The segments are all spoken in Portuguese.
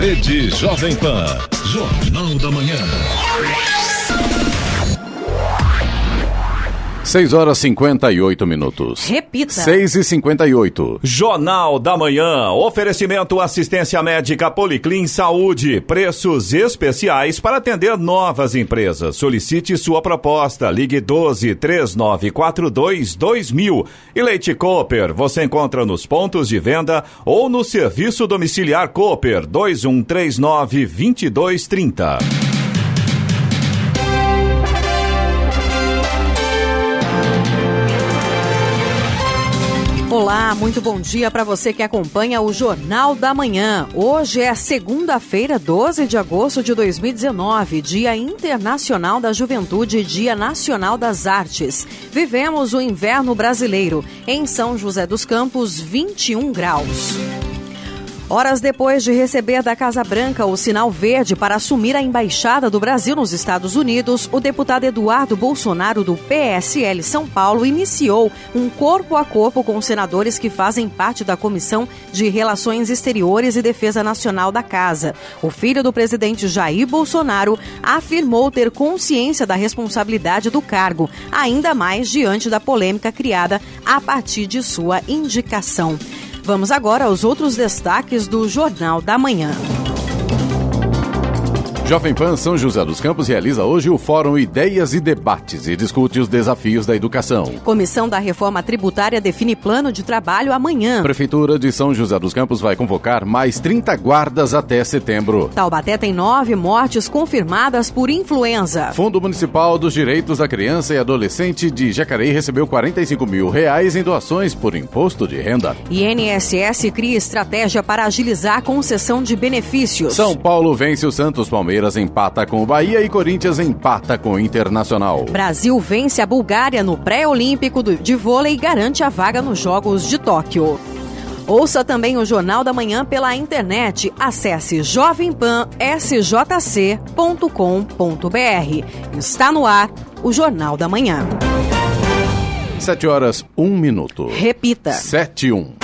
Rede Jovem Pan, Jornal da Manhã. 6h58. Repita. 6h58. Jornal da Manhã. Oferecimento assistência médica Policlin Saúde. Preços especiais para atender novas empresas. Solicite sua proposta. Ligue 12-3942-2000. E Leite Cooper. Você encontra nos pontos de venda ou no serviço domiciliar Cooper 2139-2230. Olá, muito bom dia para você que acompanha o Jornal da Manhã. Hoje é segunda-feira, 12 de agosto de 2019, Dia Internacional da Juventude e Dia Nacional das Artes. Vivemos o inverno brasileiro. Em São José dos Campos, 21 graus. Horas depois de receber da Casa Branca o sinal verde para assumir a embaixada do Brasil nos Estados Unidos, o deputado Eduardo Bolsonaro, do PSL São Paulo, iniciou um corpo a corpo com os senadores que fazem parte da Comissão de Relações Exteriores e Defesa Nacional da Casa. O filho do presidente Jair Bolsonaro afirmou ter consciência da responsabilidade do cargo, ainda mais diante da polêmica criada a partir de sua indicação. Vamos agora aos outros destaques do Jornal da Manhã. Jovem Pan São José dos Campos realiza hoje o Fórum Ideias e Debates e discute os desafios da educação. Comissão da Reforma Tributária define plano de trabalho amanhã. Prefeitura de São José dos Campos vai convocar mais 30 guardas até setembro. Taubaté tem 9 mortes confirmadas por influenza. Fundo Municipal dos Direitos da Criança e Adolescente de Jacareí recebeu R$45 mil em doações por imposto de renda. INSS cria estratégia para agilizar a concessão de benefícios. São Paulo vence o Santos, Palmeiras empata com o Bahia e Corinthians empata com o Internacional. Brasil vence a Bulgária no pré-olímpico de vôlei e garante a vaga nos Jogos de Tóquio. Ouça também o Jornal da Manhã pela internet. Acesse jovempansjc.com.br. Está no ar o Jornal da Manhã. 7h01. Repita. 7h01.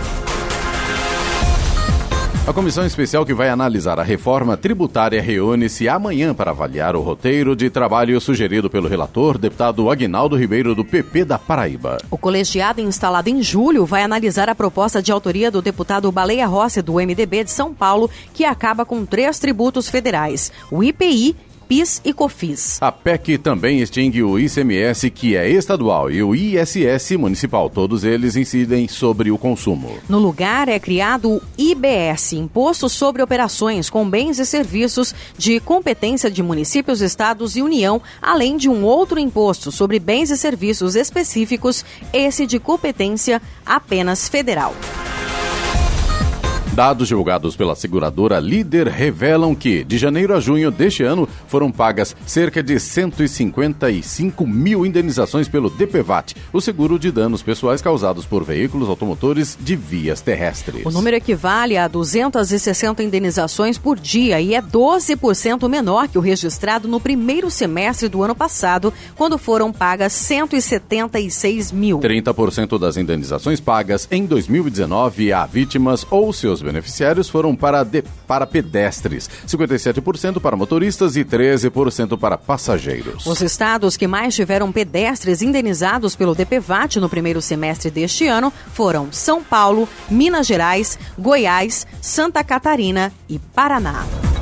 A comissão especial que vai analisar a reforma tributária reúne-se amanhã para avaliar o roteiro de trabalho sugerido pelo relator, deputado Aguinaldo Ribeiro, do PP da Paraíba. O colegiado instalado em julho vai analisar a proposta de autoria do deputado Baleia Rossi, do MDB de São Paulo, que acaba com 3 tributos federais: o IPI, PIS e COFINS. A PEC também extingue o ICMS, que é estadual, e o ISS municipal. Todos eles incidem sobre o consumo. No lugar é criado o IBS, Imposto sobre Operações com Bens e Serviços de competência de municípios, estados e União, além de um outro imposto sobre bens e serviços específicos, esse de competência apenas federal. Dados divulgados pela seguradora Líder revelam que, de janeiro a junho deste ano, foram pagas cerca de 155 mil indenizações pelo DPVAT, o seguro de danos pessoais causados por veículos automotores de vias terrestres. O número equivale a 260 indenizações por dia e é 12% menor que o registrado no primeiro semestre do ano passado, quando foram pagas 176 mil. 30% das indenizações pagas em 2019 a vítimas ou seus beneficiários foram para pedestres, 57% para motoristas e 13% para passageiros. Os estados que mais tiveram pedestres indenizados pelo DPVAT no primeiro semestre deste ano foram São Paulo, Minas Gerais, Goiás, Santa Catarina e Paraná.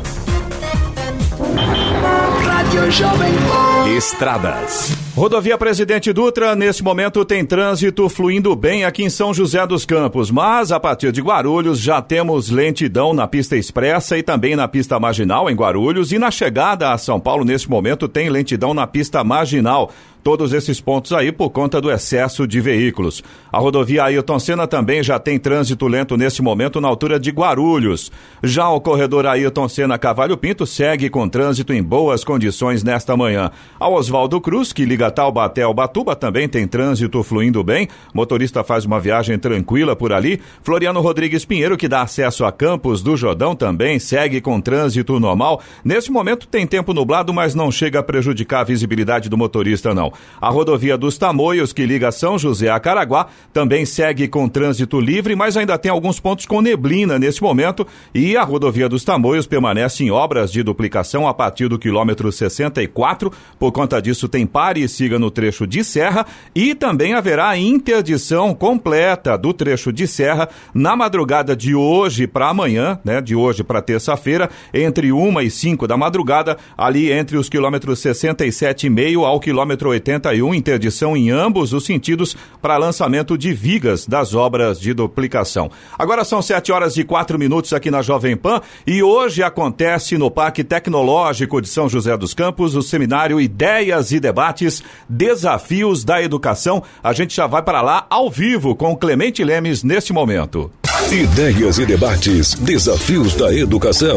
Estradas. Rodovia Presidente Dutra, neste momento tem trânsito fluindo bem aqui em São José dos Campos, mas a partir de Guarulhos já temos lentidão na pista expressa e também na pista marginal em Guarulhos, e na chegada a São Paulo neste momento tem lentidão na pista marginal. Todos esses pontos aí por conta do excesso de veículos. A rodovia Ailton Senna também já tem trânsito lento neste momento na altura de Guarulhos. Já o corredor Ailton Senna Cavalho Pinto segue com trânsito em boas condições nesta manhã. A Oswaldo Cruz, que liga Taubaté ao Ubatuba, também tem trânsito fluindo bem. Motorista faz uma viagem tranquila por ali. Floriano Rodrigues Pinheiro, que dá acesso a Campos do Jordão, também segue com trânsito normal. Neste momento tem tempo nublado, mas não chega a prejudicar a visibilidade do motorista, não. A rodovia dos Tamoios, que liga São José a Caraguá, também segue com trânsito livre, mas ainda tem alguns pontos com neblina nesse momento, e a rodovia dos Tamoios permanece em obras de duplicação a partir do quilômetro 64. Por conta disso, tem pare e siga no trecho de serra, e também haverá interdição completa do trecho de serra na madrugada de hoje para amanhã, né, de hoje para terça-feira, entre 1 e 5 da madrugada, ali entre os quilômetros 67,5 ao quilômetro 81, interdição em ambos os sentidos para lançamento de vigas das obras de duplicação. Agora são 7h04 aqui na Jovem Pan, e hoje acontece no Parque Tecnológico de São José dos Campos o seminário Ideias e Debates, Desafios da Educação. A gente já vai para lá ao vivo com Clemente Lemes neste momento. Ideias e Debates, Desafios da Educação.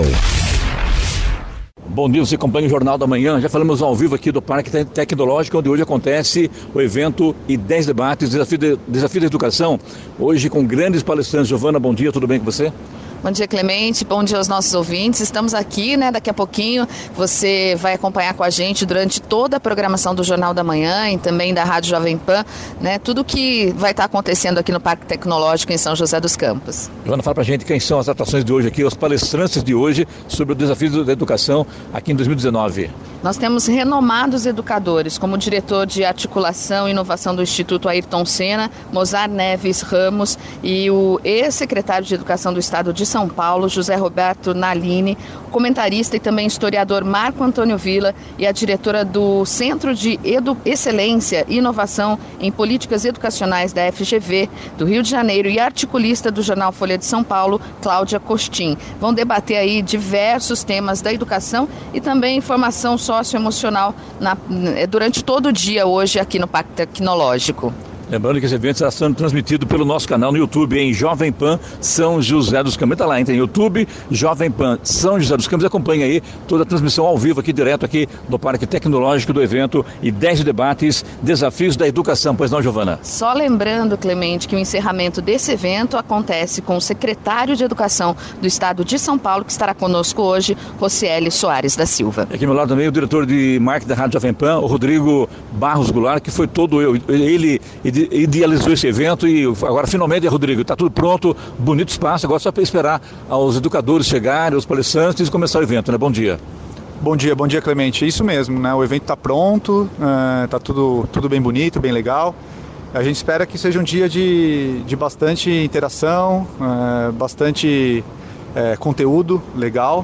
Bom dia, você acompanha o Jornal da Manhã. Já falamos ao vivo aqui do Parque Tecnológico, onde hoje acontece o evento Ideias e Debates, Desafio da Educação. Hoje com grandes palestrantes. Giovana, bom dia, tudo bem com você? Bom dia, Clemente. Bom dia aos nossos ouvintes. Estamos aqui, daqui a pouquinho você vai acompanhar com a gente durante toda a programação do Jornal da Manhã e também da Rádio Jovem Pan, tudo que vai estar acontecendo aqui no Parque Tecnológico em São José dos Campos. Giovana, fala pra gente quem são as atrações de hoje aqui, os palestrantes de hoje sobre o desafio da educação aqui em 2019. Nós temos renomados educadores, como o diretor de articulação e inovação do Instituto Ayrton Senna, Mozar Neves Ramos, e o ex-secretário de Educação do Estado de São Paulo, José Roberto Nalini, o comentarista e também historiador Marco Antônio Villa e a diretora do Centro de Excelência e Inovação em Políticas Educacionais da FGV do Rio de Janeiro e articulista do jornal Folha de São Paulo, Cláudia Costin. Vão debater aí diversos temas da educação e também informação socioemocional durante todo o dia hoje aqui no Parque Tecnológico. Lembrando que esse evento está sendo transmitido pelo nosso canal no YouTube, em Jovem Pan São José dos Campos. Está lá, tem YouTube, Jovem Pan São José dos Campos. Acompanha aí toda a transmissão ao vivo aqui, direto aqui do Parque Tecnológico do evento Ideias de Debates, Desafios da Educação. Pois não, Giovana? Só lembrando, Clemente, que o encerramento desse evento acontece com o secretário de Educação do Estado de São Paulo, que estará conosco hoje, Rocieli Soares da Silva. Aqui ao meu lado também o diretor de marketing da Rádio Jovem Pan, o Rodrigo Barros Goulart, que foi todo ele idealizou esse evento e agora finalmente, Rodrigo, está tudo pronto, bonito espaço, agora só para esperar os educadores chegarem, os palestrantes e começar o evento, né? Bom dia. Bom dia, Clemente. Isso mesmo, né? O evento está pronto, está tudo bem bonito, bem legal. A gente espera que seja um dia de bastante interação, bastante conteúdo legal.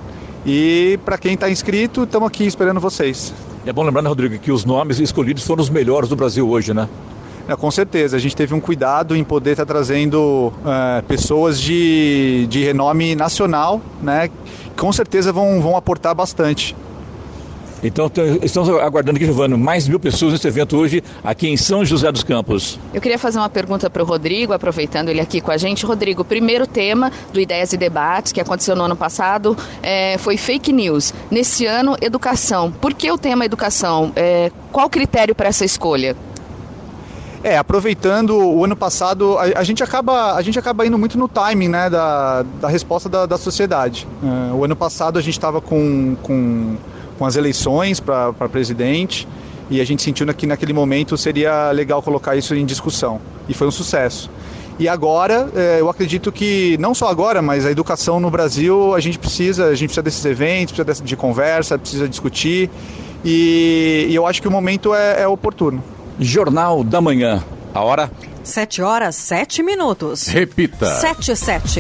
E para quem está inscrito, estamos aqui esperando vocês. É bom lembrar, né, Rodrigo, que os nomes escolhidos foram os melhores do Brasil hoje, né? Com certeza, a gente teve um cuidado em poder estar trazendo pessoas de renome nacional, né? Com certeza vão aportar bastante. Então, estamos aguardando aqui, Giovana, mais 1.000 pessoas nesse evento hoje aqui em São José dos Campos. Eu queria fazer uma pergunta para o Rodrigo, aproveitando ele aqui com a gente. Rodrigo, o primeiro tema do Ideias e Debates, que aconteceu no ano passado, foi fake news. Nesse ano, educação. Por que o tema educação? Qual o critério para essa escolha? Aproveitando o ano passado, a gente acaba indo muito no timing, né, da resposta da sociedade. O ano passado a gente estava com as eleições para presidente e a gente sentiu que naquele momento seria legal colocar isso em discussão. E foi um sucesso. E agora, eu acredito que, não só agora, mas a educação no Brasil, a gente precisa desses eventos, precisa de conversa, precisa discutir. E eu acho que o momento é oportuno. Jornal da Manhã. A hora? 7h07. Repita. 7h07.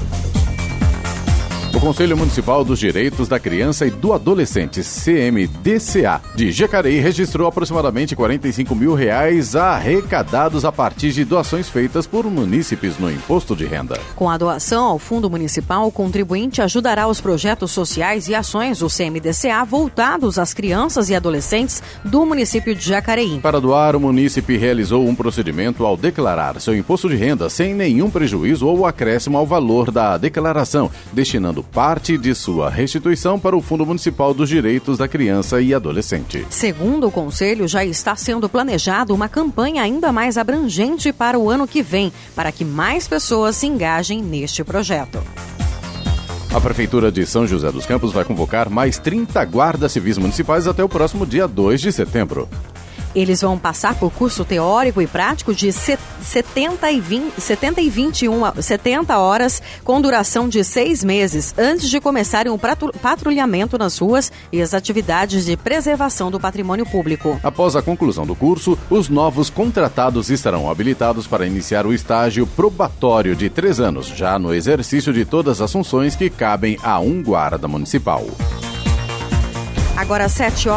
O Conselho Municipal dos Direitos da Criança e do Adolescente, CMDCA, de Jacareí, registrou aproximadamente R$45 mil arrecadados a partir de doações feitas por munícipes no imposto de renda. Com a doação ao Fundo Municipal, o contribuinte ajudará os projetos sociais e ações do CMDCA voltados às crianças e adolescentes do município de Jacareí. Para doar, o munícipe realizou um procedimento ao declarar seu imposto de renda sem nenhum prejuízo ou acréscimo ao valor da declaração, destinando parte de sua restituição para o Fundo Municipal dos Direitos da Criança e Adolescente. Segundo o Conselho, já está sendo planejado uma campanha ainda mais abrangente para o ano que vem, para que mais pessoas se engajem neste projeto. A Prefeitura de São José dos Campos vai convocar mais 30 guardas civis municipais até o próximo dia 2 de setembro. Eles vão passar por curso teórico e prático de 70 horas, com duração de 6 meses, antes de começarem o patrulhamento nas ruas e as atividades de preservação do patrimônio público. Após a conclusão do curso, os novos contratados estarão habilitados para iniciar o estágio probatório de 3 anos, já no exercício de todas as funções que cabem a um guarda municipal. Agora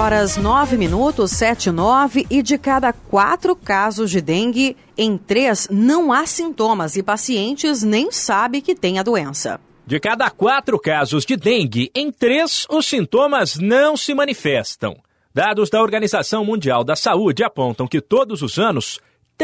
7h09, 7h09, e de cada 4 casos de dengue, em 3 não há sintomas e pacientes nem sabem que tem a doença. De cada 4 casos de dengue, em 3 os sintomas não se manifestam. Dados da Organização Mundial da Saúde apontam que todos os anos,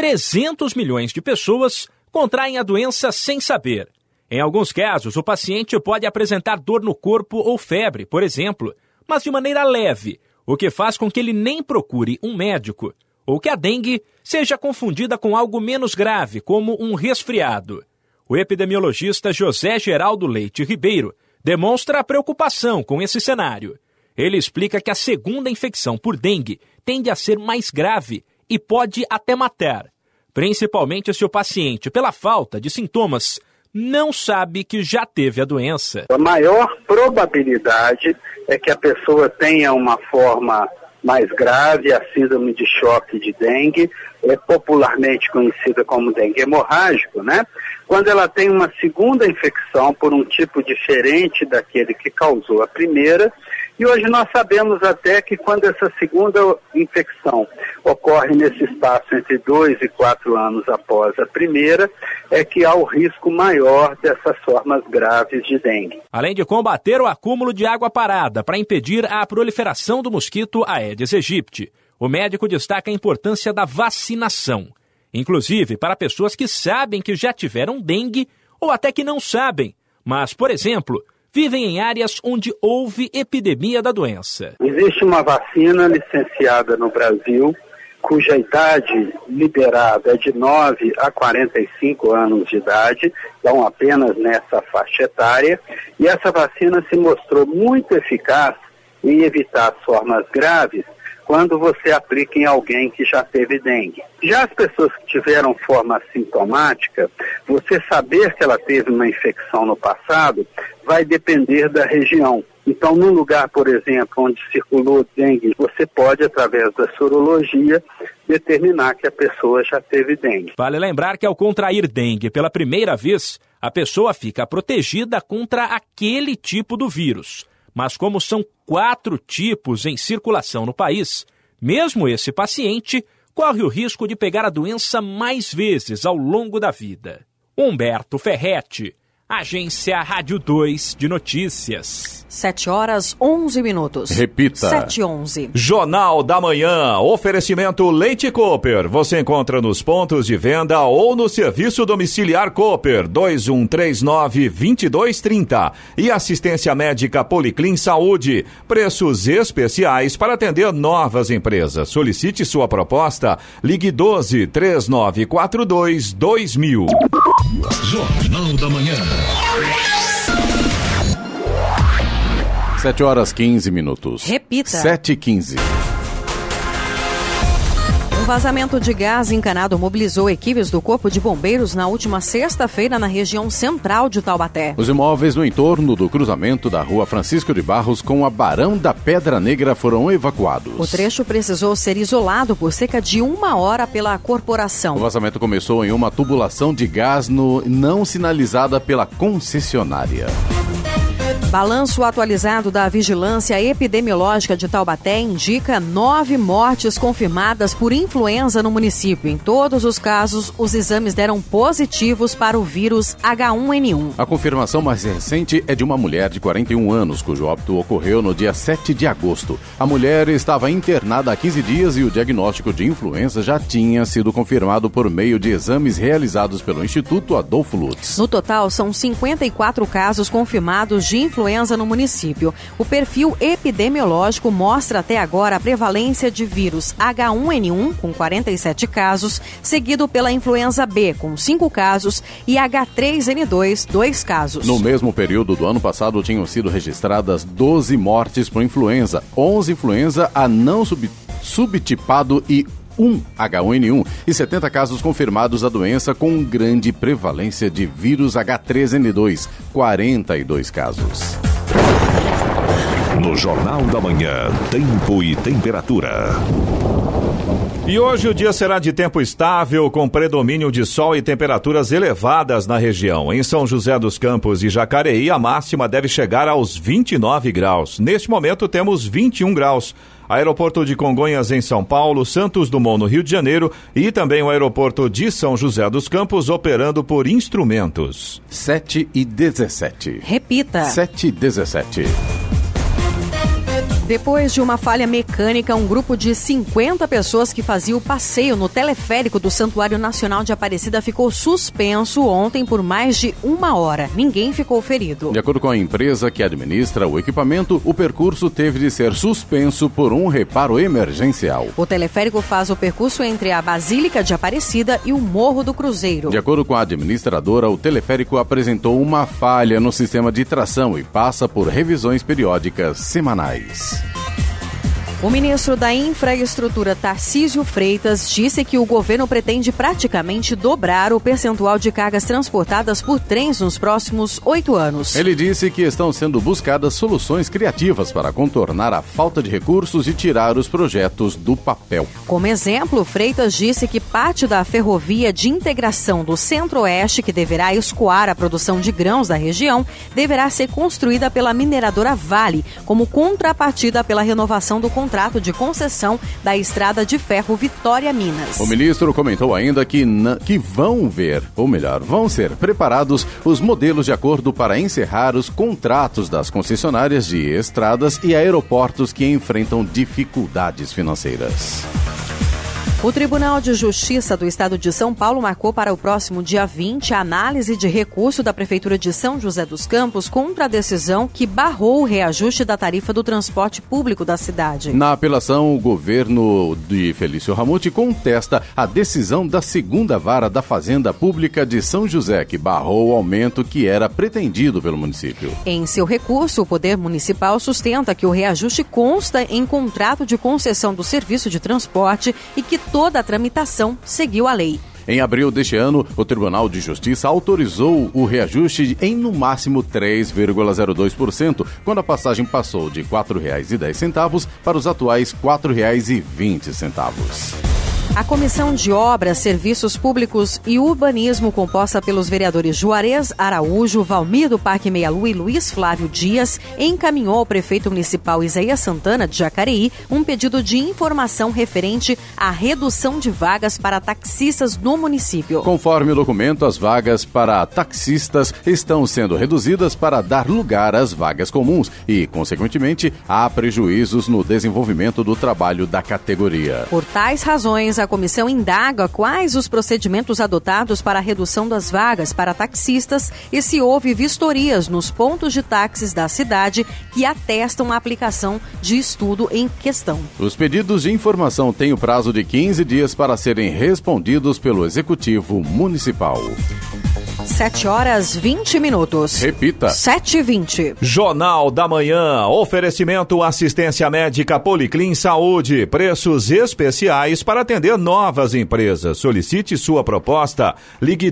300 milhões de pessoas contraem a doença sem saber. Em alguns casos, o paciente pode apresentar dor no corpo ou febre, por exemplo, mas de maneira leve, o que faz com que ele nem procure um médico, ou que a dengue seja confundida com algo menos grave, como um resfriado. O epidemiologista José Geraldo Leite Ribeiro demonstra preocupação com esse cenário. Ele explica que a segunda infecção por dengue tende a ser mais grave e pode até matar, principalmente se o paciente, pela falta de sintomas, não sabe que já teve a doença. A maior probabilidade é que a pessoa tenha uma forma mais grave, a síndrome de choque de dengue, é popularmente conhecida como dengue hemorrágico, né? Quando ela tem uma segunda infecção por um tipo diferente daquele que causou a primeira, e hoje nós sabemos até que quando essa segunda infecção ocorre nesse espaço entre 2 e 4 anos após a primeira, é que há o risco maior dessas formas graves de dengue. Além de combater o acúmulo de água parada para impedir a proliferação do mosquito Aedes aegypti, o médico destaca a importância da vacinação, inclusive para pessoas que sabem que já tiveram dengue ou até que não sabem, mas, por exemplo, vivem em áreas onde houve epidemia da doença. Existe uma vacina licenciada no Brasil, cuja idade liberada é de 9 a 45 anos de idade, então apenas nessa faixa etária, e essa vacina se mostrou muito eficaz em evitar as formas graves quando você aplica em alguém que já teve dengue. Já as pessoas que tiveram forma assintomática, você saber que ela teve uma infecção no passado vai depender da região. Então, num lugar, por exemplo, onde circulou dengue, você pode, através da sorologia, determinar que a pessoa já teve dengue. Vale lembrar que ao contrair dengue pela primeira vez, a pessoa fica protegida contra aquele tipo do vírus. Mas como são 4 tipos em circulação no país, mesmo esse paciente corre o risco de pegar a doença mais vezes ao longo da vida. Humberto Ferretti, Agência Rádio 2 de Notícias. 7h11. Repita. 7h11. Jornal da Manhã. Oferecimento Leite Cooper. Você encontra nos pontos de venda ou no serviço domiciliar Cooper 2139-2230. E assistência médica Policlin Saúde. Preços especiais para atender novas empresas. Solicite sua proposta. Ligue 12-3942-2000. Jornal da Manhã. 7h15. Repita. 7h15. Um vazamento de gás encanado mobilizou equipes do Corpo de Bombeiros na última sexta-feira na região central de Taubaté. Os imóveis no entorno do cruzamento da rua Francisco de Barros com a Barão da Pedra Negra foram evacuados. O trecho precisou ser isolado por cerca de 1 hora pela corporação. O vazamento começou em uma tubulação de gás não sinalizada pela concessionária. Balanço atualizado da Vigilância Epidemiológica de Taubaté indica 9 mortes confirmadas por influenza no município. Em todos os casos, os exames deram positivos para o vírus H1N1. A confirmação mais recente é de uma mulher de 41 anos, cujo óbito ocorreu no dia 7 de agosto. A mulher estava internada há 15 dias e o diagnóstico de influenza já tinha sido confirmado por meio de exames realizados pelo Instituto Adolfo Lutz. No total, são 54 casos confirmados de influenza no município. O perfil epidemiológico mostra até agora a prevalência de vírus H1N1, com 47 casos, seguido pela influenza B, com 5 casos, e H3N2, 2 casos. No mesmo período do ano passado, tinham sido registradas 12 mortes por influenza, 11 influenza A não subtipado e H1N1 e 70 casos confirmados da doença com grande prevalência de vírus H3N2, 42 casos. No Jornal da Manhã, tempo e temperatura. E hoje o dia será de tempo estável, com predomínio de sol e temperaturas elevadas na região. Em São José dos Campos e Jacareí, a máxima deve chegar aos 29 graus. Neste momento temos 21 graus. Aeroporto de Congonhas em São Paulo, Santos Dumont no Rio de Janeiro e também o aeroporto de São José dos Campos operando por instrumentos. 7h17. Repita. 7h17. Depois de uma falha mecânica, um grupo de 50 pessoas que fazia o passeio no teleférico do Santuário Nacional de Aparecida ficou suspenso ontem por mais de 1 hora. Ninguém ficou ferido. De acordo com a empresa que administra o equipamento, o percurso teve de ser suspenso por um reparo emergencial. O teleférico faz o percurso entre a Basílica de Aparecida e o Morro do Cruzeiro. De acordo com a administradora, o teleférico apresentou uma falha no sistema de tração e passa por revisões periódicas semanais. O ministro da Infraestrutura, Tarcísio Freitas, disse que o governo pretende praticamente dobrar o percentual de cargas transportadas por trens nos próximos 8 anos. Ele disse que estão sendo buscadas soluções criativas para contornar a falta de recursos e tirar os projetos do papel. Como exemplo, Freitas disse que parte da ferrovia de integração do Centro-Oeste, que deverá escoar a produção de grãos da região, deverá ser construída pela mineradora Vale, como contrapartida pela renovação do contrato de concessão da Estrada de Ferro Vitória-Minas. O ministro comentou ainda que vão ser preparados os modelos de acordo para encerrar os contratos das concessionárias de estradas e aeroportos que enfrentam dificuldades financeiras. O Tribunal de Justiça do Estado de São Paulo marcou para o próximo dia 20 a análise de recurso da Prefeitura de São José dos Campos contra a decisão que barrou o reajuste da tarifa do transporte público da cidade. Na apelação, o governo de Felício Ramute contesta a decisão da 2ª Vara da Fazenda Pública de São José, que barrou o aumento que era pretendido pelo município. Em seu recurso, o Poder Municipal sustenta que o reajuste consta em contrato de concessão do serviço de transporte e que toda a tramitação seguiu a lei. Em abril deste ano, o Tribunal de Justiça autorizou o reajuste em no máximo 3,02%, quando a passagem passou de R$ 4,10 para os atuais R$ 4,20. A Comissão de Obras, Serviços Públicos e Urbanismo, composta pelos vereadores Juarez Araújo, Valmir do Parque Meia Lua e Luiz Flávio Dias, encaminhou ao prefeito municipal Isaías Santana de Jacareí um pedido de informação referente à redução de vagas para taxistas no município. Conforme o documento, as vagas para taxistas estão sendo reduzidas para dar lugar às vagas comuns e, consequentemente, há prejuízos no desenvolvimento do trabalho da categoria. Por tais razões, a comissão indaga quais os procedimentos adotados para a redução das vagas para taxistas e se houve vistorias nos pontos de táxis da cidade que atestam a aplicação de estudo em questão. Os pedidos de informação têm o prazo de 15 dias para serem respondidos pelo Executivo Municipal. 7h20. Repita. 7h20. Jornal da Manhã. Oferecimento assistência médica Policlin Saúde. Preços especiais para atender novas empresas. Solicite sua proposta. Ligue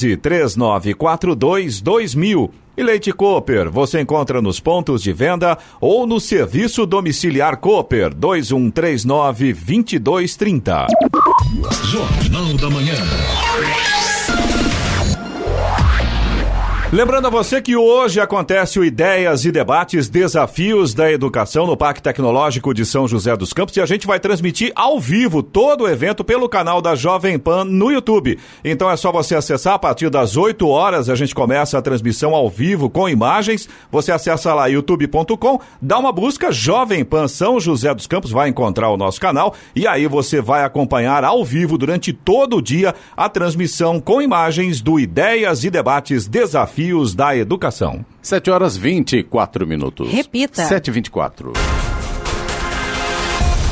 12-3942-2000. E Leite Cooper, você encontra nos pontos de venda ou no serviço domiciliar Cooper 2139-2230. Jornal da Manhã. Lembrando a você que hoje acontece o Ideias e Debates Desafios da Educação no Parque Tecnológico de São José dos Campos e a gente vai transmitir ao vivo todo o evento pelo canal da Jovem Pan no YouTube. Então é só você acessar a partir das 8 horas, a gente começa a transmissão ao vivo com imagens. Você acessa lá youtube.com, dá uma busca Jovem Pan São José dos Campos, vai encontrar o nosso canal e aí você vai acompanhar ao vivo durante todo o dia a transmissão com imagens do Ideias e Debates Desafios da Educação. 7h24. Repita. 7h24.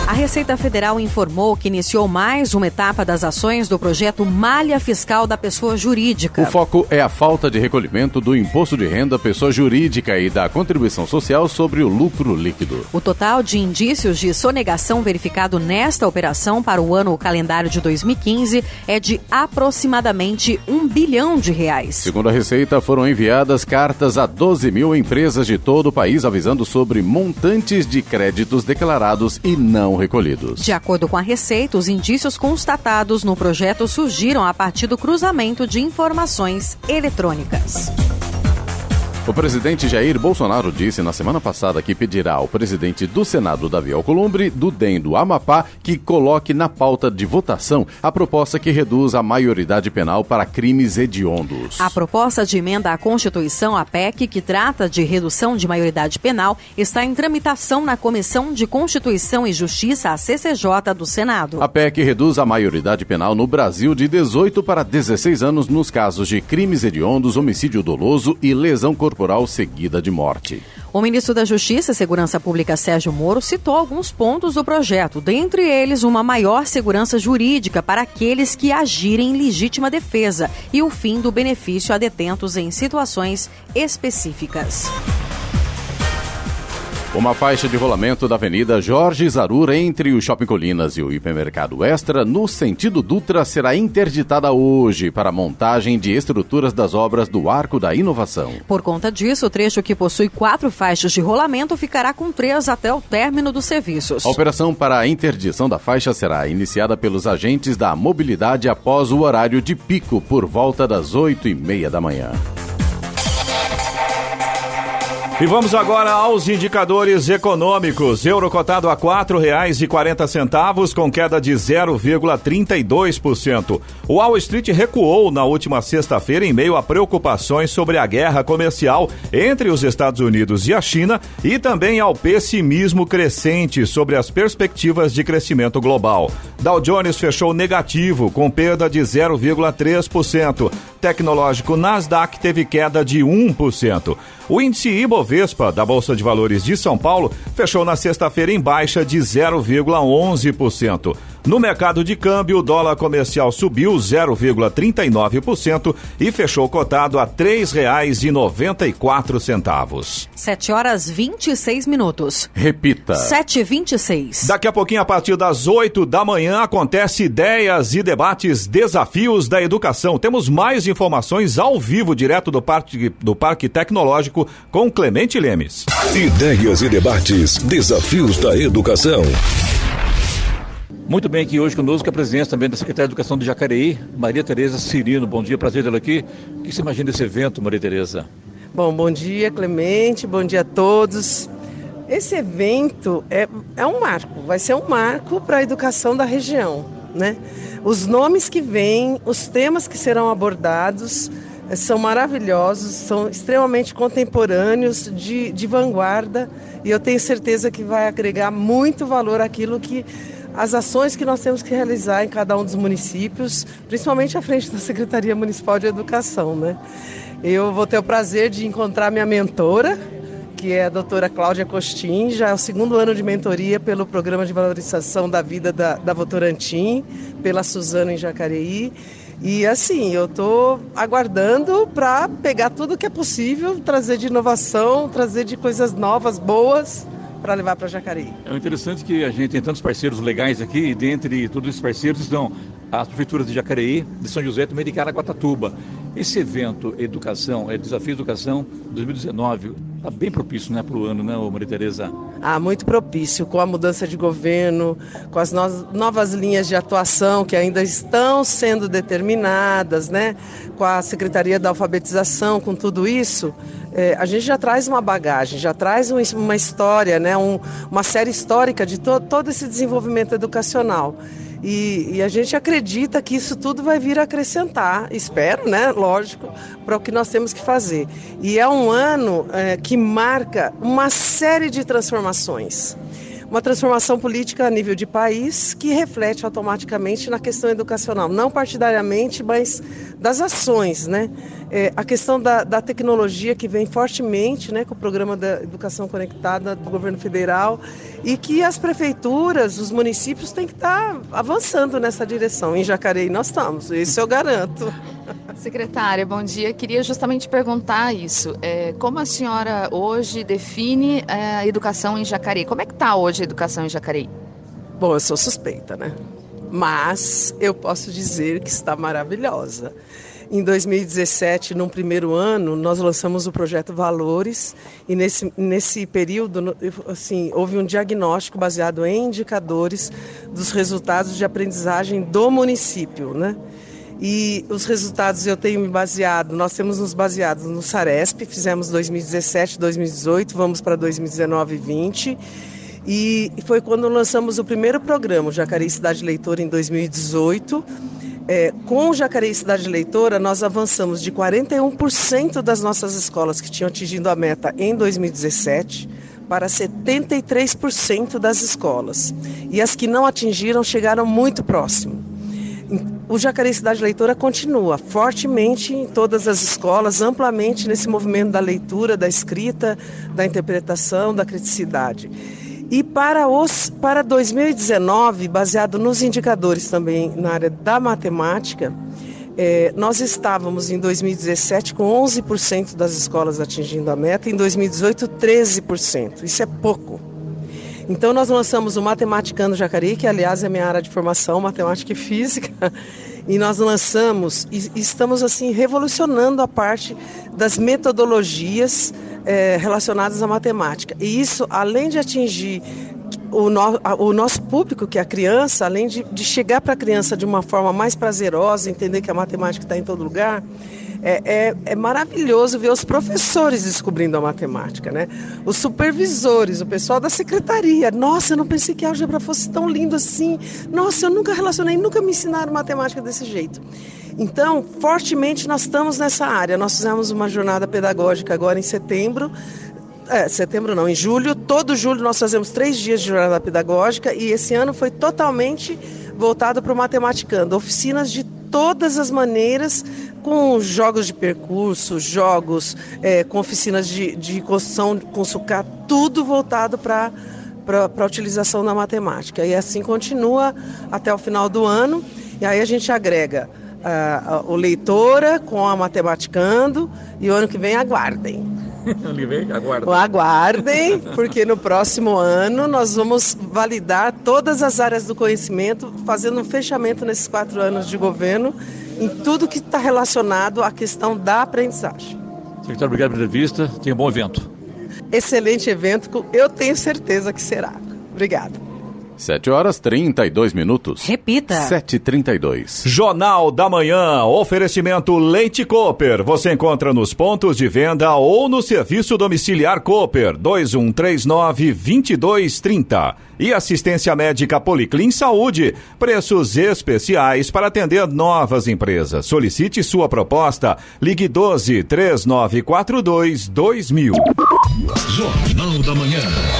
A Receita Federal informou que iniciou mais uma etapa das ações do projeto Malha Fiscal da Pessoa Jurídica. O foco é a falta de recolhimento do imposto de renda pessoa jurídica e da contribuição social sobre o lucro líquido. O total de indícios de sonegação verificado nesta operação para o ano calendário de 2015 é de aproximadamente R$1 bilhão. Segundo a Receita, foram enviadas cartas a 12 mil empresas de todo o país avisando sobre montantes de créditos declarados e não recolhidos. De acordo com a Receita, os indícios constatados no projeto surgiram a partir do cruzamento de informações eletrônicas. O presidente Jair Bolsonaro disse na semana passada que pedirá ao presidente do Senado, Davi Alcolumbre, do DEM do Amapá, que coloque na pauta de votação a proposta que reduz a maioridade penal para crimes hediondos. A proposta de emenda à Constituição, a PEC, que trata de redução de maioridade penal, está em tramitação na Comissão de Constituição e Justiça, a CCJ, do Senado. A PEC reduz a maioridade penal no Brasil de 18 para 16 anos nos casos de crimes hediondos, homicídio doloso e lesão corporal seguida de morte. O ministro da Justiça e Segurança Pública, Sérgio Moro, citou alguns pontos do projeto, dentre eles uma maior segurança jurídica para aqueles que agirem em legítima defesa e o fim do benefício a detentos em situações específicas. Uma faixa de rolamento da Avenida Jorge Zarur entre o Shopping Colinas e o Hipermercado Extra, no sentido Dutra, será interditada hoje para a montagem de estruturas das obras do Arco da Inovação. Por conta disso, o trecho que possui 4 faixas de rolamento ficará com 3 até o término dos serviços. A operação para a interdição da faixa será iniciada pelos agentes da mobilidade após o horário de pico, por volta das 8h30 da manhã. E vamos agora aos indicadores econômicos. Euro cotado a R$ 4,40, com queda de 0,32%. O Wall Street recuou na última sexta-feira em meio a preocupações sobre a guerra comercial entre os Estados Unidos e a China e também ao pessimismo crescente sobre as perspectivas de crescimento global. Dow Jones fechou negativo, com perda de 0,3%. Tecnológico Nasdaq teve queda de 1%. O índice Ibovespa da Bolsa de Valores de São Paulo fechou na sexta-feira em baixa de 0,11%. No mercado de câmbio, o dólar comercial subiu 0,39% e fechou cotado a R$ 3,94. 7h26. Repita. 7h26. Daqui a pouquinho, a partir das 8 da manhã, acontece Ideias e Debates, Desafios da Educação. Temos mais informações ao vivo, direto do Parque Tecnológico, com Clemente Lemes. Ideias e Debates, Desafios da Educação. Muito bem, aqui hoje conosco a presença também da Secretaria de Educação de Jacareí, Maria Tereza Cirino. Bom dia, prazer tê-la aqui. O que você imagina desse evento, Maria Tereza? Bom dia, Clemente, bom dia a todos. Esse evento é um marco, vai ser um marco para a educação da região, né? Os nomes que vêm, os temas que serão abordados são maravilhosos, são extremamente contemporâneos, de vanguarda, e eu tenho certeza que vai agregar muito valor àquilo que as ações que nós temos que realizar em cada um dos municípios, principalmente à frente da Secretaria Municipal de Educação, né? Eu vou ter o prazer de encontrar minha mentora, que é a doutora Cláudia Costin, já é o 2º ano de mentoria pelo Programa de Valorização da Vida da Votorantim, pela Suzano em Jacareí. E assim, eu estou aguardando para pegar tudo que é possível, trazer de inovação, trazer de coisas novas, boas, para levar para Jacareí. É interessante que a gente tem tantos parceiros legais aqui, e dentre todos esses parceiros estão as prefeituras de Jacareí, de São José e também de Caraguatatuba. Esse evento Educação, Desafio Educação 2019, está bem propício, né, para o ano, né, Maria Tereza? Muito propício, com a mudança de governo, com as novas linhas de atuação que ainda estão sendo determinadas, né, com a Secretaria da Alfabetização, com tudo isso, a gente já traz uma bagagem, já traz uma história, né, uma série histórica de todo esse desenvolvimento educacional. E a gente acredita que isso tudo vai vir a acrescentar, espero, né, lógico, para o que nós temos que fazer. E é um ano que marca uma série de transformações. uma transformação política a nível de país que reflete automaticamente na questão educacional, não partidariamente, mas das ações, né? A questão da tecnologia que vem fortemente, né, com o programa da Educação Conectada do governo federal, e que as prefeituras, os municípios têm que estar avançando nessa direção. Em Jacareí nós estamos, isso eu garanto. Secretária, bom dia. Queria justamente perguntar isso. Como a senhora hoje define a educação em Jacareí? Como é que está hoje a educação em Jacareí? Bom, eu sou suspeita, né? Mas eu posso dizer que está maravilhosa. Em 2017, num primeiro ano, nós lançamos o projeto Valores e nesse período, assim, houve um diagnóstico baseado em indicadores dos resultados de aprendizagem do município, né? E os resultados nós temos nos baseado no Saresp, fizemos 2017, 2018, vamos para 2019 e 2020. E foi quando lançamos o primeiro programa, o Jacareí Cidade Leitora, em 2018. Com o Jacareí Cidade Leitora, nós avançamos de 41% das nossas escolas que tinham atingido a meta em 2017 para 73% das escolas. E as que não atingiram chegaram muito próximo. O Jacareí Cidade Leitora continua fortemente em todas as escolas, amplamente nesse movimento da leitura, da escrita, da interpretação, da criticidade. E para 2019, baseado nos indicadores também na área da matemática, nós estávamos em 2017 com 11% das escolas atingindo a meta, em 2018 13%. Isso é pouco. Então nós lançamos o Matematicando Jacareí, que aliás é minha área de formação, matemática e física, e nós lançamos e estamos assim revolucionando a parte das metodologias relacionadas à matemática. E isso, além de atingir o nosso público, que é a criança, além de chegar para a criança de uma forma mais prazerosa, entender que a matemática está em todo lugar, é maravilhoso ver os professores descobrindo a matemática, né? Os supervisores, o pessoal da secretaria. Nossa, eu não pensei que a álgebra fosse tão lindo assim. Nossa, eu nunca relacionei, nunca me ensinaram matemática desse jeito. Então, fortemente nós estamos nessa área. Nós fizemos uma jornada pedagógica agora em setembro. Em julho. Todo julho nós fazemos 3 dias de jornada pedagógica e esse ano foi totalmente voltado para o Matematicando. Oficinas de todas as maneiras, com jogos de percurso, com oficinas de construção com sucata, tudo voltado para a utilização da matemática. E assim continua até o final do ano. E aí a gente agrega o Leitora com a Matematicando e o ano que vem aguardem. Aguardem, porque no próximo ano nós vamos validar todas as áreas do conhecimento, fazendo um fechamento nesses 4 anos de governo em tudo que está relacionado à questão da aprendizagem. Secretário, obrigado pela entrevista. Tenha um bom evento. Excelente evento, eu tenho certeza que será. Obrigada. 7h32. Repita. 7h32. Jornal da Manhã, oferecimento Leite Cooper. Você encontra nos pontos de venda ou no serviço domiciliar Cooper, 2139-2230. E assistência médica Policlin Saúde, preços especiais para atender novas empresas. Solicite sua proposta, ligue 12-3942-2000. Jornal da Manhã.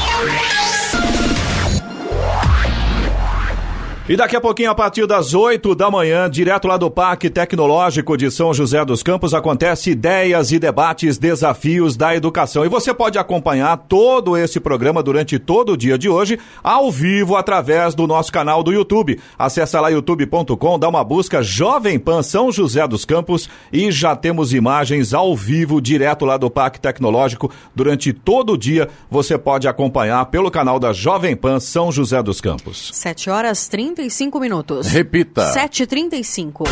E daqui a pouquinho, a partir das 8 da manhã, direto lá do Parque Tecnológico de São José dos Campos, acontece Ideias e Debates, Desafios da Educação. E você pode acompanhar todo esse programa durante todo o dia de hoje, ao vivo, através do nosso canal do YouTube. Acesse lá youtube.com, dá uma busca Jovem Pan São José dos Campos e já temos imagens ao vivo, direto lá do Parque Tecnológico. Durante todo o dia, você pode acompanhar pelo canal da Jovem Pan São José dos Campos. 7h35. Repita. 7h35.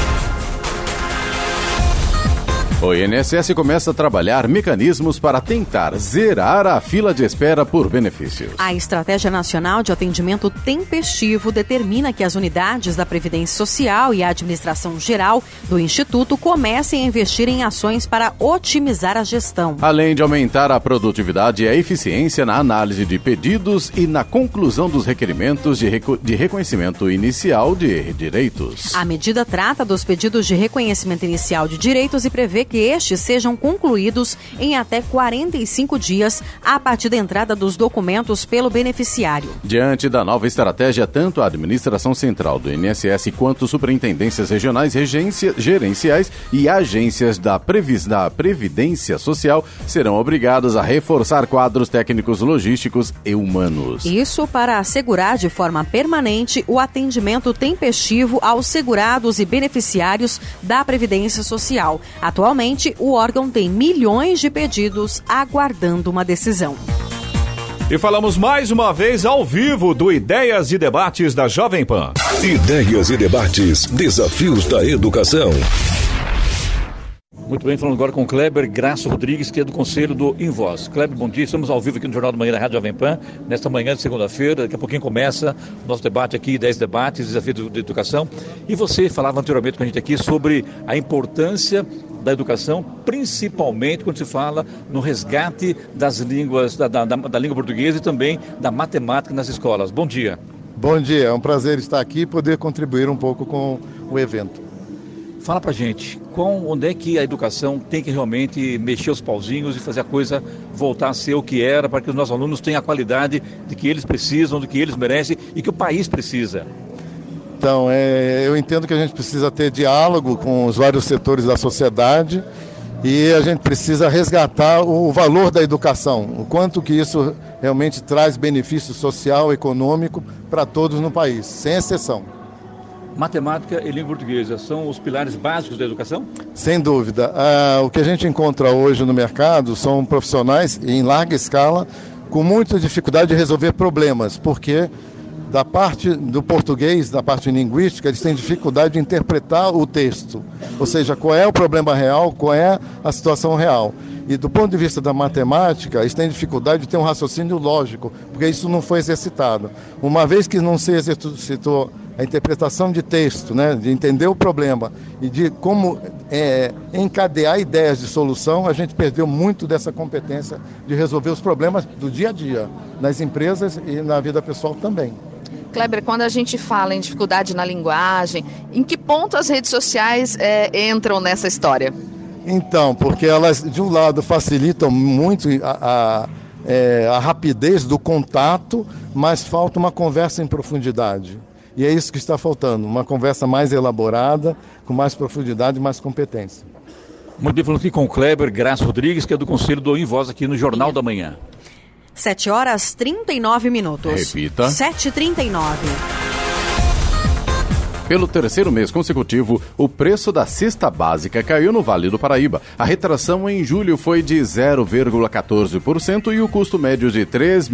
O INSS começa a trabalhar mecanismos para tentar zerar a fila de espera por benefícios. A Estratégia Nacional de Atendimento Tempestivo determina que as unidades da Previdência Social e a Administração Geral do Instituto comecem a investir em ações para otimizar a gestão. Além de aumentar a produtividade e a eficiência na análise de pedidos e na conclusão dos requerimentos de reconhecimento inicial de direitos. A medida trata dos pedidos de reconhecimento inicial de direitos e prevê que estes sejam concluídos em até 45 dias a partir da entrada dos documentos pelo beneficiário. Diante da nova estratégia, tanto a administração central do INSS quanto superintendências regionais, gerenciais e agências da Previdência Social serão obrigadas a reforçar quadros técnicos, logísticos e humanos. Isso para assegurar de forma permanente o atendimento tempestivo aos segurados e beneficiários da Previdência Social. Atualmente, o órgão tem milhões de pedidos aguardando uma decisão. E falamos mais uma vez ao vivo do Ideias e Debates da Jovem Pan. Ideias e Debates, desafios da educação. Muito bem, falando agora com o Kleber Graço Rodrigues, que é do Conselho do Invoz. Kleber, bom dia, estamos ao vivo aqui no Jornal da Manhã da Rádio Jovem Pan, nesta manhã de segunda-feira. Daqui a pouquinho começa o nosso debate aqui, 10 debates, desafios da educação. E você falava anteriormente com a gente aqui sobre a importância da educação, principalmente quando se fala no resgate das línguas, da língua portuguesa e também da matemática nas escolas. Bom dia. Bom dia, é um prazer estar aqui e poder contribuir um pouco com o evento. Fala pra gente, onde é que a educação tem que realmente mexer os pauzinhos e fazer a coisa voltar a ser o que era, para que os nossos alunos tenham a qualidade de que eles precisam, de que eles merecem e que o país precisa? Então, eu entendo que a gente precisa ter diálogo com os vários setores da sociedade e a gente precisa resgatar o valor da educação, o quanto que isso realmente traz benefício social, econômico para todos no país, sem exceção. Matemática e língua portuguesa são os pilares básicos da educação? Sem dúvida. O que a gente encontra hoje no mercado são profissionais em larga escala com muita dificuldade de resolver problemas, porque da parte do português, da parte linguística, eles têm dificuldade de interpretar o texto, ou seja, qual é o problema real, qual é a situação real. E do ponto de vista da matemática, eles têm dificuldade de ter um raciocínio lógico, porque isso não foi exercitado. Uma vez que não se exercitou a interpretação de texto, né, de entender o problema e de como encadear ideias de solução, a gente perdeu muito dessa competência de resolver os problemas do dia a dia, nas empresas e na vida pessoal também. Kleber, quando a gente fala em dificuldade na linguagem, em que ponto as redes sociais entram nessa história? Então, porque elas, de um lado, facilitam muito a rapidez do contato, mas falta uma conversa em profundidade. E é isso que está faltando, uma conversa mais elaborada, com mais profundidade e mais competência. Muito bem, falando aqui com o Kleber Graço Rodrigues, que é do Conselho do Invoz aqui no Jornal da Manhã. 7h39. Repita. 7h39. Pelo terceiro mês consecutivo, o preço da cesta básica caiu no Vale do Paraíba. A retração em julho foi de 0,14% e o custo médio de R$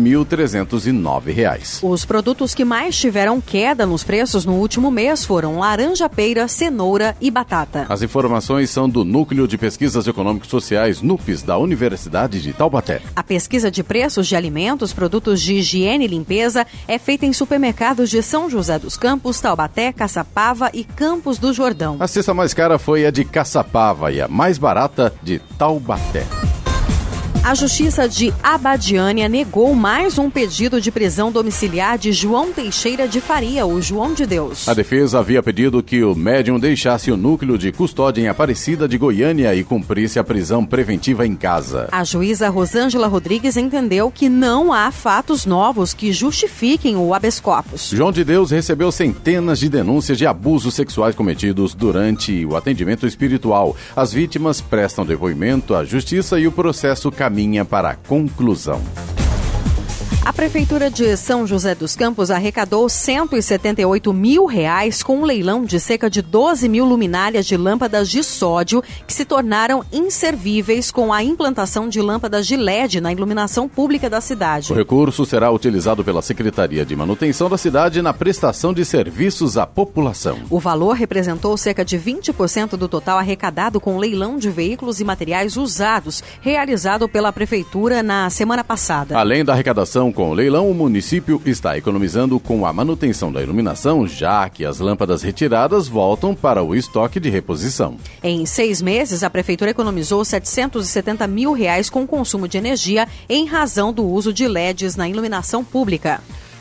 3.309. Os produtos que mais tiveram queda nos preços no último mês foram laranja-peira, cenoura e batata. As informações são do Núcleo de Pesquisas Econômicos Sociais, NUPES, da Universidade de Taubaté. A pesquisa de preços de alimentos, produtos de higiene e limpeza é feita em supermercados de São José dos Campos, Taubaté, Caçapava e Campos do Jordão. A cesta mais cara foi a de Caçapava e a mais barata de Taubaté. A Justiça de Abadiânia negou mais um pedido de prisão domiciliar de João Teixeira de Faria, o João de Deus. A defesa havia pedido que o médium deixasse o núcleo de custódia em Aparecida de Goiânia e cumprisse a prisão preventiva em casa. A juíza Rosângela Rodrigues entendeu que não há fatos novos que justifiquem o habeas corpus. João de Deus recebeu centenas de denúncias de abusos sexuais cometidos durante o atendimento espiritual. As vítimas prestam depoimento à justiça e o processo caminha para a conclusão. A Prefeitura de São José dos Campos arrecadou R$178 mil com um leilão de cerca de 12 mil luminárias de lâmpadas de sódio que se tornaram inservíveis com a implantação de lâmpadas de LED na iluminação pública da cidade. O recurso será utilizado pela Secretaria de Manutenção da cidade na prestação de serviços à população. O valor representou cerca de 20% do total arrecadado com o leilão de veículos e materiais usados, realizado pela Prefeitura na semana passada. Além da arrecadação com o leilão, o município está economizando com a manutenção da iluminação, já que as lâmpadas retiradas voltam para o estoque de reposição. Em 6 meses, a Prefeitura economizou R$770 mil com consumo de energia em razão do uso de LEDs na iluminação pública.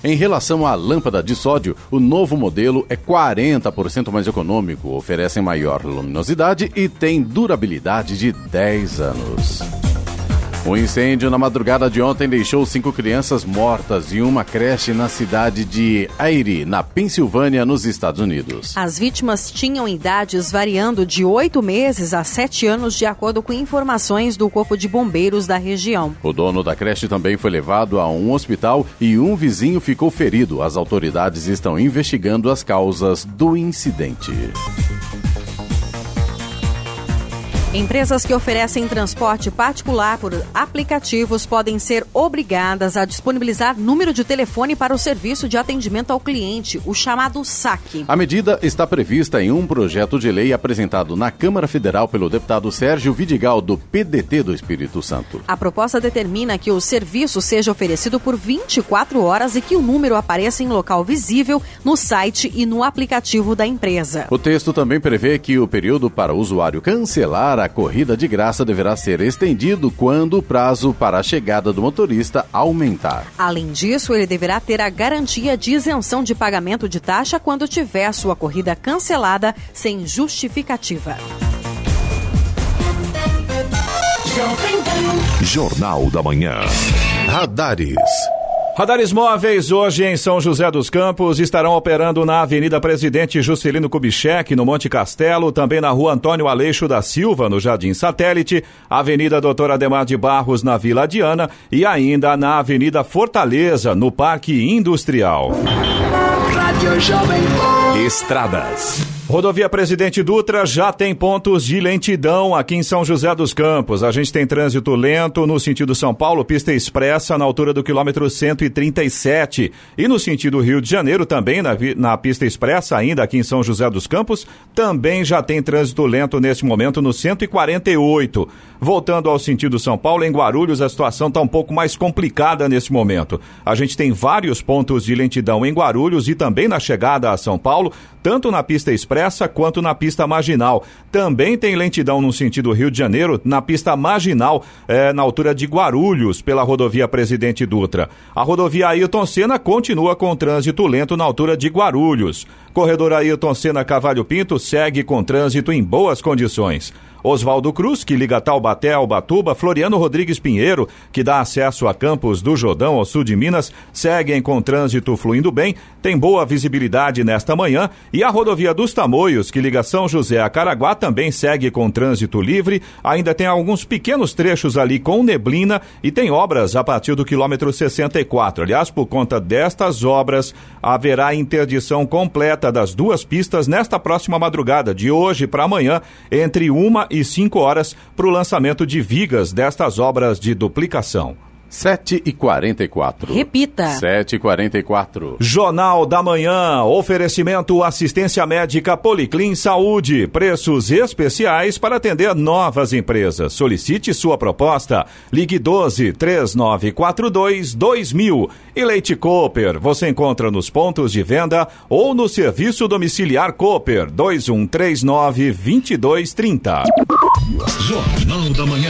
Em relação à lâmpada de sódio, o novo modelo é 40% mais econômico, oferece maior luminosidade e tem durabilidade de 10 anos. Um incêndio na madrugada de ontem deixou 5 crianças mortas em uma creche na cidade de Erie, na Pensilvânia, nos Estados Unidos. As vítimas tinham idades variando de 8 meses a 7 anos, de acordo com informações do Corpo de Bombeiros da região. O dono da creche também foi levado a um hospital e um vizinho ficou ferido. As autoridades estão investigando as causas do incidente. Empresas que oferecem transporte particular por aplicativos podem ser obrigadas a disponibilizar número de telefone para o serviço de atendimento ao cliente, o chamado SAC. A medida está prevista em um projeto de lei apresentado na Câmara Federal pelo deputado Sérgio Vidigal, do PDT do Espírito Santo. A proposta determina que o serviço seja oferecido por 24 horas e que o número apareça em local visível no site e no aplicativo da empresa. O texto também prevê que o período para o usuário cancelar a corrida de graça deverá ser estendido quando o prazo para a chegada do motorista aumentar. Além disso, ele deverá ter a garantia de isenção de pagamento de taxa quando tiver sua corrida cancelada sem justificativa. Jornal da Manhã. Radares. Radares móveis hoje em São José dos Campos estarão operando na Avenida Presidente Juscelino Kubitschek, no Monte Castelo, também na Rua Antônio Aleixo da Silva, no Jardim Satélite, Avenida Doutor Ademar de Barros, na Vila Diana e ainda na Avenida Fortaleza, no Parque Industrial. Estradas. Rodovia Presidente Dutra já tem pontos de lentidão aqui em São José dos Campos. A gente tem trânsito lento no sentido São Paulo, pista expressa na altura do quilômetro 137. E no sentido Rio de Janeiro, também na pista expressa, ainda aqui em São José dos Campos, também já tem trânsito lento neste momento no 148. Voltando ao sentido São Paulo, em Guarulhos a situação está um pouco mais complicada neste momento. A gente tem vários pontos de lentidão em Guarulhos e também na chegada a São Paulo, tanto na pista expressa quanto na pista marginal. Também tem lentidão no sentido Rio de Janeiro, na pista marginal, na altura de Guarulhos, pela rodovia Presidente Dutra. A rodovia Ayrton Senna continua com trânsito lento na altura de Guarulhos. Corredor Ayrton Senna Cavalho Pinto segue com trânsito em boas condições. Oswaldo Cruz, que liga Taubaté ao Ubatuba, Floriano Rodrigues Pinheiro, que dá acesso a Campos do Jordão, ao sul de Minas, seguem com trânsito fluindo bem, tem boa visibilidade nesta manhã, e a rodovia dos Tamoios, que liga São José a Caraguá, também segue com trânsito livre, ainda tem alguns pequenos trechos ali com neblina e tem obras a partir do quilômetro 64. Aliás, por conta destas obras, haverá interdição completa das duas pistas nesta próxima madrugada, de hoje para amanhã, entre 1 e 5 horas, para o lançamento de vigas destas obras de duplicação. 7h44. Repita. 7h44. Jornal da Manhã. Oferecimento assistência médica Policlin Saúde. Preços especiais para atender novas empresas. Solicite sua proposta. Ligue 12-3942-2000. E Leite Cooper. Você encontra nos pontos de venda ou no serviço domiciliar Cooper 2139-2230. Jornal da Manhã.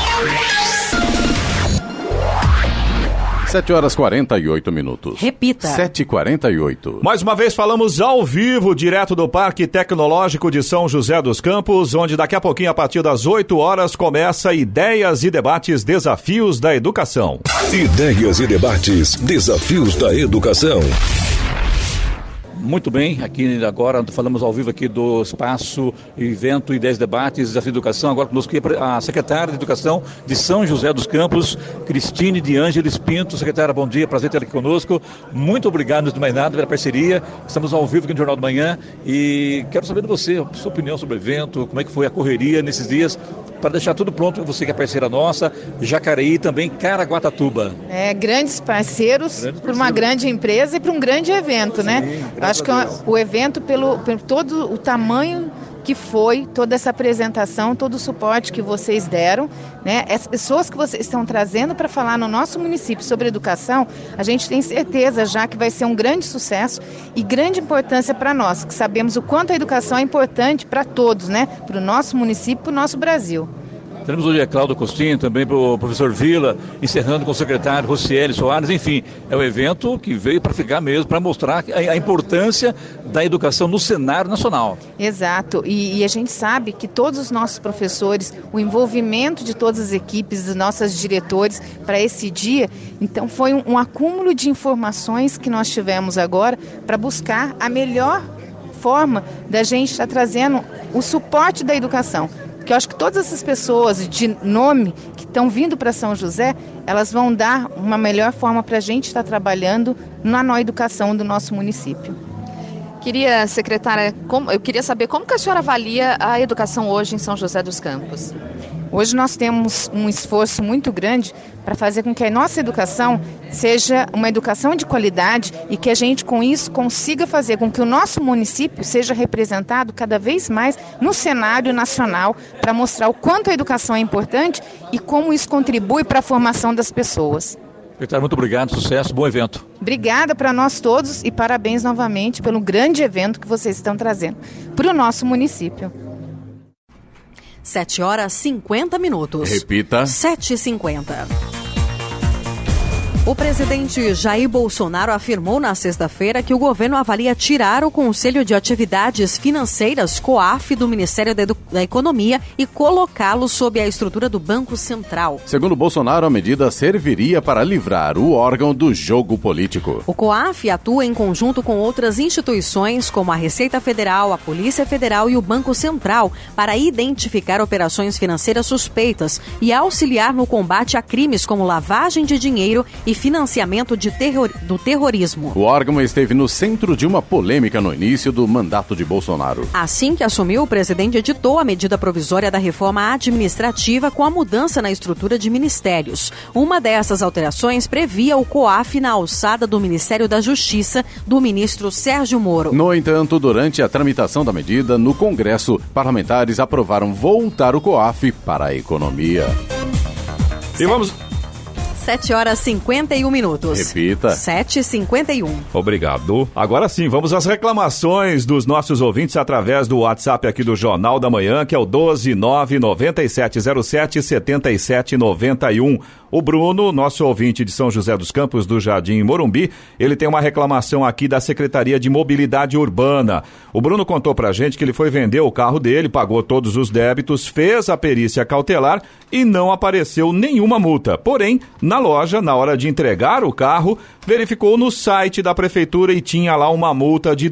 7h48. Repita. 7h48. Mais uma vez falamos ao vivo, direto do Parque Tecnológico de São José dos Campos, onde daqui a pouquinho, a partir das 8 horas, começa Ideias e Debates Desafios da Educação. Ideias e Debates Desafios da Educação. Muito bem, aqui agora falamos ao vivo aqui do espaço Evento Ideias e Debates Desafio da Educação. Agora conosco a secretária de Educação de São José dos Campos, Cristine de Ângeles Pinto. Secretária, bom dia, prazer ter aqui conosco. Muito obrigado, antes de mais nada, pela parceria. Estamos ao vivo aqui no Jornal da Manhã e quero saber de você, a sua opinião sobre o evento, como é que foi a correria nesses dias, para deixar tudo pronto, você que é parceira nossa, Jacareí e também Caraguatatuba. Grandes parceiros por uma grande empresa e para um grande evento, sim, né? Acho que o evento, pelo todo o tamanho que foi, toda essa apresentação, todo o suporte que vocês deram, né? As pessoas que vocês estão trazendo para falar no nosso município sobre educação, a gente tem certeza já que vai ser um grande sucesso e grande importância para nós, que sabemos o quanto a educação é importante para todos, né? Para o nosso município, para o nosso Brasil. Teremos hoje a Cláudio Costinho, também para o professor Vila, encerrando com o secretário Rocieli Soares. Enfim, é um evento que veio para ficar mesmo, para mostrar a importância da educação no cenário nacional. Exato, e a gente sabe que todos os nossos professores, o envolvimento de todas as equipes, dos nossos diretores para esse dia, então foi um acúmulo de informações que nós tivemos agora para buscar a melhor forma da gente estar trazendo o suporte da educação. Porque eu acho que todas essas pessoas de nome que estão vindo para São José, elas vão dar uma melhor forma para a gente estar trabalhando na educação do nosso município. Secretária, eu queria saber como que a senhora avalia a educação hoje em São José dos Campos. Hoje nós temos um esforço muito grande para fazer com que a nossa educação seja uma educação de qualidade e que a gente, com isso, consiga fazer com que o nosso município seja representado cada vez mais no cenário nacional para mostrar o quanto a educação é importante e como isso contribui para a formação das pessoas. Secretário, muito obrigado, sucesso, bom evento. Obrigada para nós todos e parabéns novamente pelo grande evento que vocês estão trazendo para o nosso município. 7h50. Repita. 7h50. O presidente Jair Bolsonaro afirmou na sexta-feira que o governo avalia tirar o Conselho de Atividades Financeiras, COAF, do Ministério da Economia e colocá-lo sob a estrutura do Banco Central. Segundo Bolsonaro, a medida serviria para livrar o órgão do jogo político. O COAF atua em conjunto com outras instituições, como a Receita Federal, a Polícia Federal e o Banco Central, para identificar operações financeiras suspeitas e auxiliar no combate a crimes como lavagem de dinheiro e financiamento do terrorismo. O órgão esteve no centro de uma polêmica no início do mandato de Bolsonaro. Assim que assumiu, o presidente editou a medida provisória da reforma administrativa com a mudança na estrutura de ministérios. Uma dessas alterações previa o COAF na alçada do Ministério da Justiça do ministro Sérgio Moro. No entanto, durante a tramitação da medida no Congresso, parlamentares aprovaram voltar o COAF para a economia. E vamos... 7h51. Repita. 7h51. Obrigado. Agora sim, vamos às reclamações dos nossos ouvintes através do WhatsApp aqui do Jornal da Manhã, que é o 12997077791. O Bruno, nosso ouvinte de São José dos Campos, do Jardim Morumbi, ele tem uma reclamação aqui da Secretaria de Mobilidade Urbana. O Bruno contou pra gente que ele foi vender o carro dele, pagou todos os débitos, fez a perícia cautelar e não apareceu nenhuma multa. Porém, na loja, na hora de entregar o carro, verificou no site da prefeitura e tinha lá uma multa de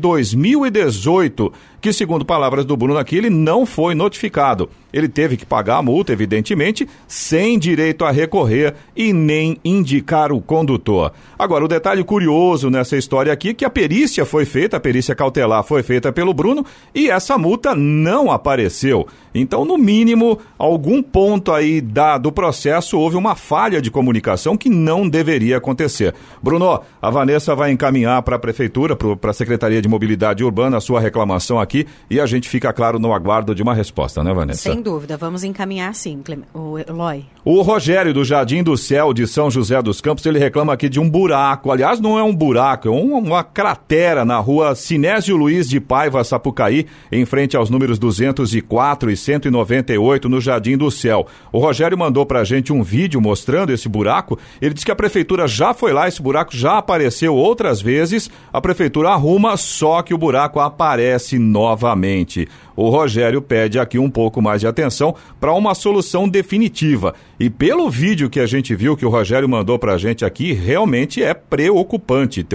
2018, que, segundo palavras do Bruno aqui, ele não foi notificado. Ele teve que pagar a multa, evidentemente, sem direito a recorrer e nem indicar o condutor. Agora, o detalhe curioso nessa história aqui é que a perícia foi feita, a perícia cautelar foi feita pelo Bruno e essa multa não apareceu. Então, no mínimo, algum ponto aí do processo houve uma falha de comunicação que não deveria acontecer. Bruno, a Vanessa vai encaminhar para a prefeitura, para a Secretaria de Mobilidade Urbana, a sua reclamação aqui e a gente fica, claro, no aguardo de uma resposta, né, Vanessa? Sem dúvida, vamos encaminhar sim, o Eloy. O Rogério, do Jardim do Céu, de São José dos Campos, ele reclama aqui de um buraco. Aliás, não é um buraco, é uma cratera na rua Sinésio Luiz de Paiva, Sapucaí, em frente aos números 204 e 198, no Jardim do Céu. O Rogério mandou pra gente um vídeo mostrando esse buraco. Ele disse que a prefeitura já foi lá, esse buraco já apareceu outras vezes, a prefeitura arruma, só que o buraco aparece novamente. O Rogério pede aqui um pouco mais de atenção para uma solução definitiva. E pelo vídeo que a gente viu, que o Rogério mandou pra gente aqui, realmente é preocupante.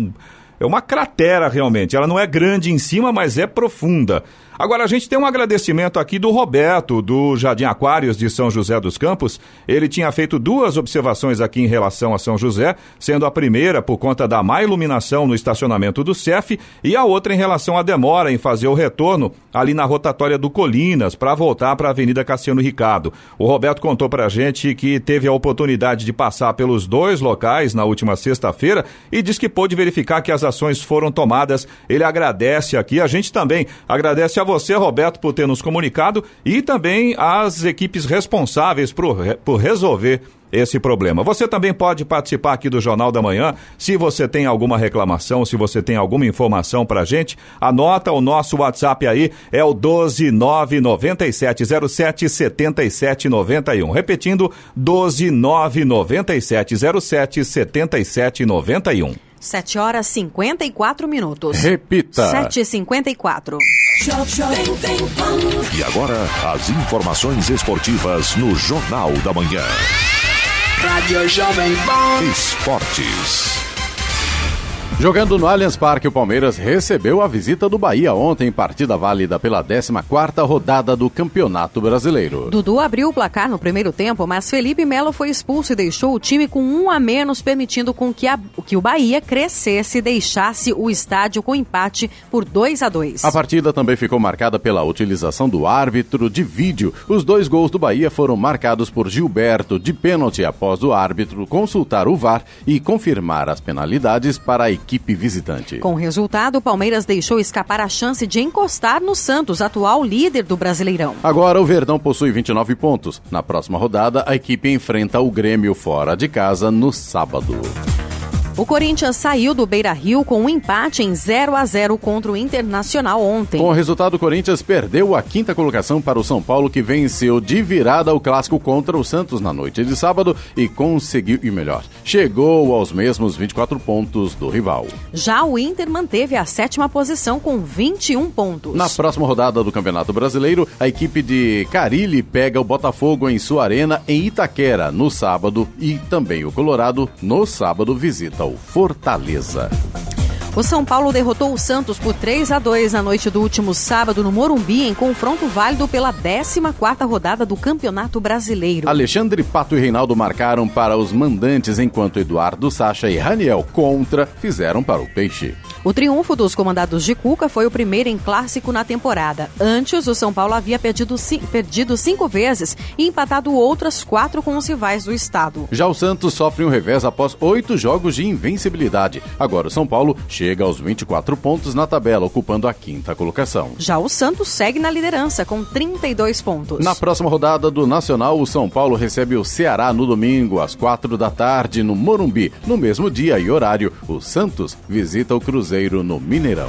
É uma cratera realmente. Ela não é grande em cima, mas é profunda. Agora, a gente tem um agradecimento aqui do Roberto, do Jardim Aquários de São José dos Campos. Ele tinha feito 2 observações aqui em relação a São José, sendo a primeira por conta da má iluminação no estacionamento do CEF e a outra em relação à demora em fazer o retorno ali na rotatória do Colinas para voltar para a Avenida Cassiano Ricardo. O Roberto contou pra gente que teve a oportunidade de passar pelos 2 locais na última sexta-feira e diz que pôde verificar que as ações foram tomadas. Ele agradece aqui, a gente também agradece a a você, Roberto, por ter nos comunicado e também às equipes responsáveis por resolver esse problema. Você também pode participar aqui do Jornal da Manhã. Se você tem alguma reclamação, se você tem alguma informação pra gente, anota o nosso WhatsApp aí, é o 12997077791. Repetindo, 12997077791. 7h54. Repita. 7h54. E agora, as informações esportivas no Jornal da Manhã. Rádio Jovem Pan. Esportes. Jogando no Allianz Parque, o Palmeiras recebeu a visita do Bahia ontem, partida válida pela 14ª rodada do Campeonato Brasileiro. Dudu abriu o placar no primeiro tempo, mas Felipe Melo foi expulso e deixou o time com 1 a menos, permitindo com que o Bahia crescesse e deixasse o estádio com empate por 2-2. A partida também ficou marcada pela utilização do árbitro de vídeo. Os 2 gols do Bahia foram marcados por Gilberto de pênalti após o árbitro consultar o VAR e confirmar as penalidades para a equipe visitante. Com o resultado, o Palmeiras deixou escapar a chance de encostar no Santos, atual líder do Brasileirão. Agora o Verdão possui 29 pontos. Na próxima rodada, a equipe enfrenta o Grêmio fora de casa no sábado. O Corinthians saiu do Beira-Rio com um empate em 0-0 contra o Internacional ontem. Com o resultado, o Corinthians perdeu a 5ª colocação para o São Paulo, que venceu de virada o clássico contra o Santos na noite de sábado e conseguiu, e melhor, chegou aos mesmos 24 pontos do rival. Já o Inter manteve a 7ª posição com 21 pontos. Na próxima rodada do Campeonato Brasileiro, a equipe de Carille pega o Botafogo em sua arena em Itaquera no sábado e também o Colorado no sábado visita o Fortaleza. O São Paulo derrotou o Santos por 3-2 na noite do último sábado no Morumbi, em confronto válido pela 14ª rodada do Campeonato Brasileiro. Alexandre Pato e Reinaldo marcaram para os mandantes, enquanto Eduardo Sacha e Raniel Contra fizeram para o Peixe. O triunfo dos comandados de Cuca foi o primeiro em clássico na temporada. Antes, o São Paulo havia perdido 5 vezes e empatado outras 4 com os rivais do estado. Já o Santos sofre um revés após 8 jogos de invencibilidade. Agora o São Paulo chega aos 24 pontos na tabela, ocupando a 5ª colocação. Já o Santos segue na liderança com 32 pontos. Na próxima rodada do Nacional, o São Paulo recebe o Ceará no domingo, às 4 da tarde, no Morumbi. No mesmo dia e horário, o Santos visita o Cruzeiro no Mineirão.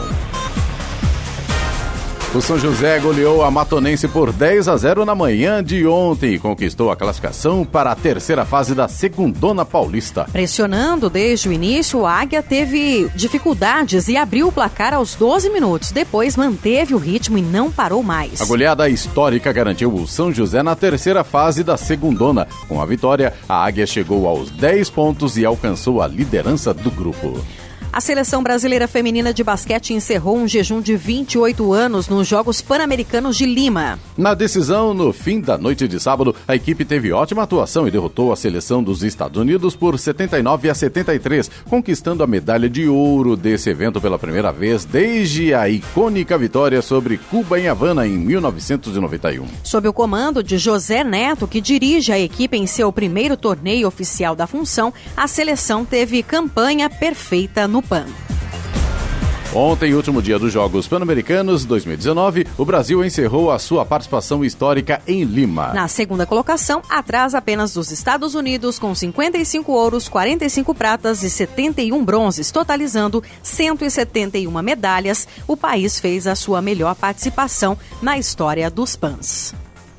O São José goleou a Matonense por 10-0 na manhã de ontem e conquistou a classificação para a 3ª fase da Segundona Paulista. Pressionando desde o início, o Águia teve dificuldades e abriu o placar aos 12 minutos. Depois manteve o ritmo e não parou mais. A goleada histórica garantiu o São José na 3ª fase da Segundona. Com a vitória, a Águia chegou aos 10 pontos e alcançou a liderança do grupo. A seleção brasileira feminina de basquete encerrou um jejum de 28 anos nos Jogos Pan-Americanos de Lima. Na decisão, no fim da noite de sábado, a equipe teve ótima atuação e derrotou a seleção dos Estados Unidos por 79-73, conquistando a medalha de ouro desse evento pela primeira vez desde a icônica vitória sobre Cuba em Havana em 1991. Sob o comando de José Neto, que dirige a equipe em seu primeiro torneio oficial da função, a seleção teve campanha perfeita no PAN. Ontem, último dia dos Jogos Pan-Americanos 2019, o Brasil encerrou a sua participação histórica em Lima. Na 2ª colocação, atrás apenas dos Estados Unidos, com 55 ouros, 45 pratas e 71 bronzes, totalizando 171 medalhas. O país fez a sua melhor participação na história dos PANs.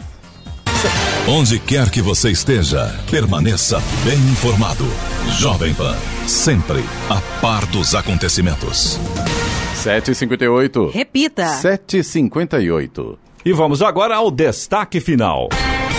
Onde quer que você esteja, permaneça bem informado. Jovem Pan, sempre a par dos acontecimentos. 7h58. Repita. 7h58. E vamos agora ao destaque final.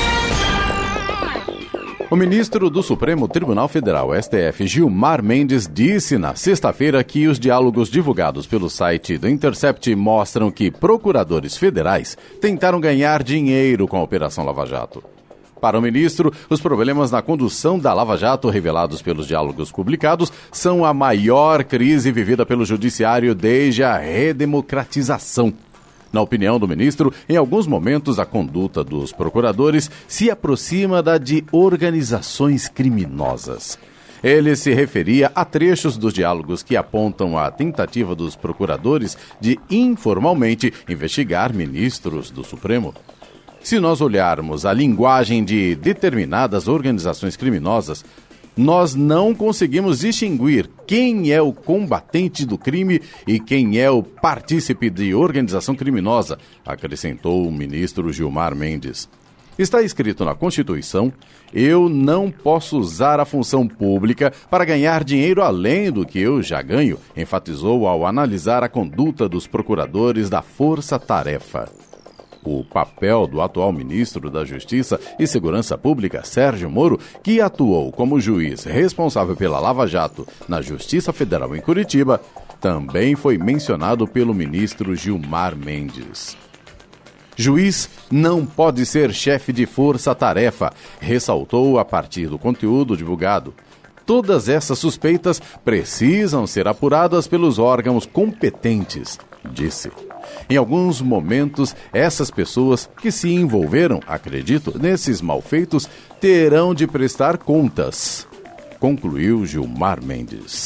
O ministro do Supremo Tribunal Federal, STF, Gilmar Mendes, disse na sexta-feira que os diálogos divulgados pelo site do Intercept mostram que procuradores federais tentaram ganhar dinheiro com a Operação Lava Jato. Para o ministro, os problemas na condução da Lava Jato revelados pelos diálogos publicados são a maior crise vivida pelo judiciário desde a redemocratização. Na opinião do ministro, em alguns momentos a conduta dos procuradores se aproxima da de organizações criminosas. Ele se referia a trechos dos diálogos que apontam a tentativa dos procuradores de informalmente investigar ministros do Supremo. Se nós olharmos a linguagem de determinadas organizações criminosas, nós não conseguimos distinguir quem é o combatente do crime e quem é o partícipe de organização criminosa, acrescentou o ministro Gilmar Mendes. Está escrito na Constituição: eu não posso usar a função pública para ganhar dinheiro além do que eu já ganho, enfatizou ao analisar a conduta dos procuradores da Força Tarefa. O papel do atual ministro da Justiça e Segurança Pública, Sérgio Moro, que atuou como juiz responsável pela Lava Jato na Justiça Federal em Curitiba, também foi mencionado pelo ministro Gilmar Mendes. Juiz não pode ser chefe de força-tarefa, ressaltou a partir do conteúdo divulgado. Todas essas suspeitas precisam ser apuradas pelos órgãos competentes, disse. Em alguns momentos, essas pessoas que se envolveram, acredito, nesses malfeitos, terão de prestar contas, concluiu Gilmar Mendes.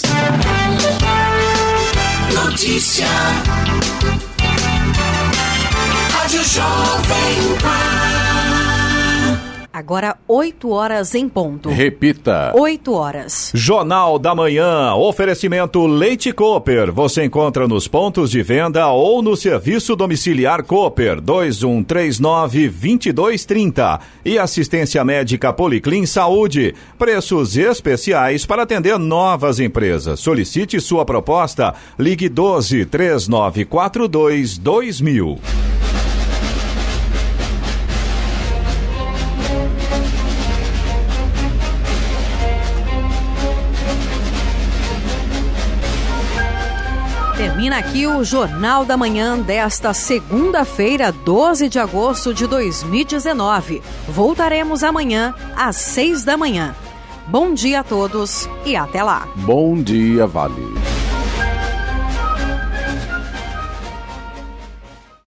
Notícia. Rádio Jovem Pan. Agora 8 horas em ponto. Repita. 8 horas. Jornal da Manhã, oferecimento Leite Cooper. Você encontra nos pontos de venda ou no serviço domiciliar Cooper 2139-2230. E assistência médica Policlin Saúde. Preços especiais para atender novas empresas. Solicite sua proposta. Ligue 12-3942-2000. Termina aqui o Jornal da Manhã desta segunda-feira, 12 de agosto de 2019. Voltaremos amanhã às 6 da manhã. Bom dia a todos e até lá. Bom dia, Vale.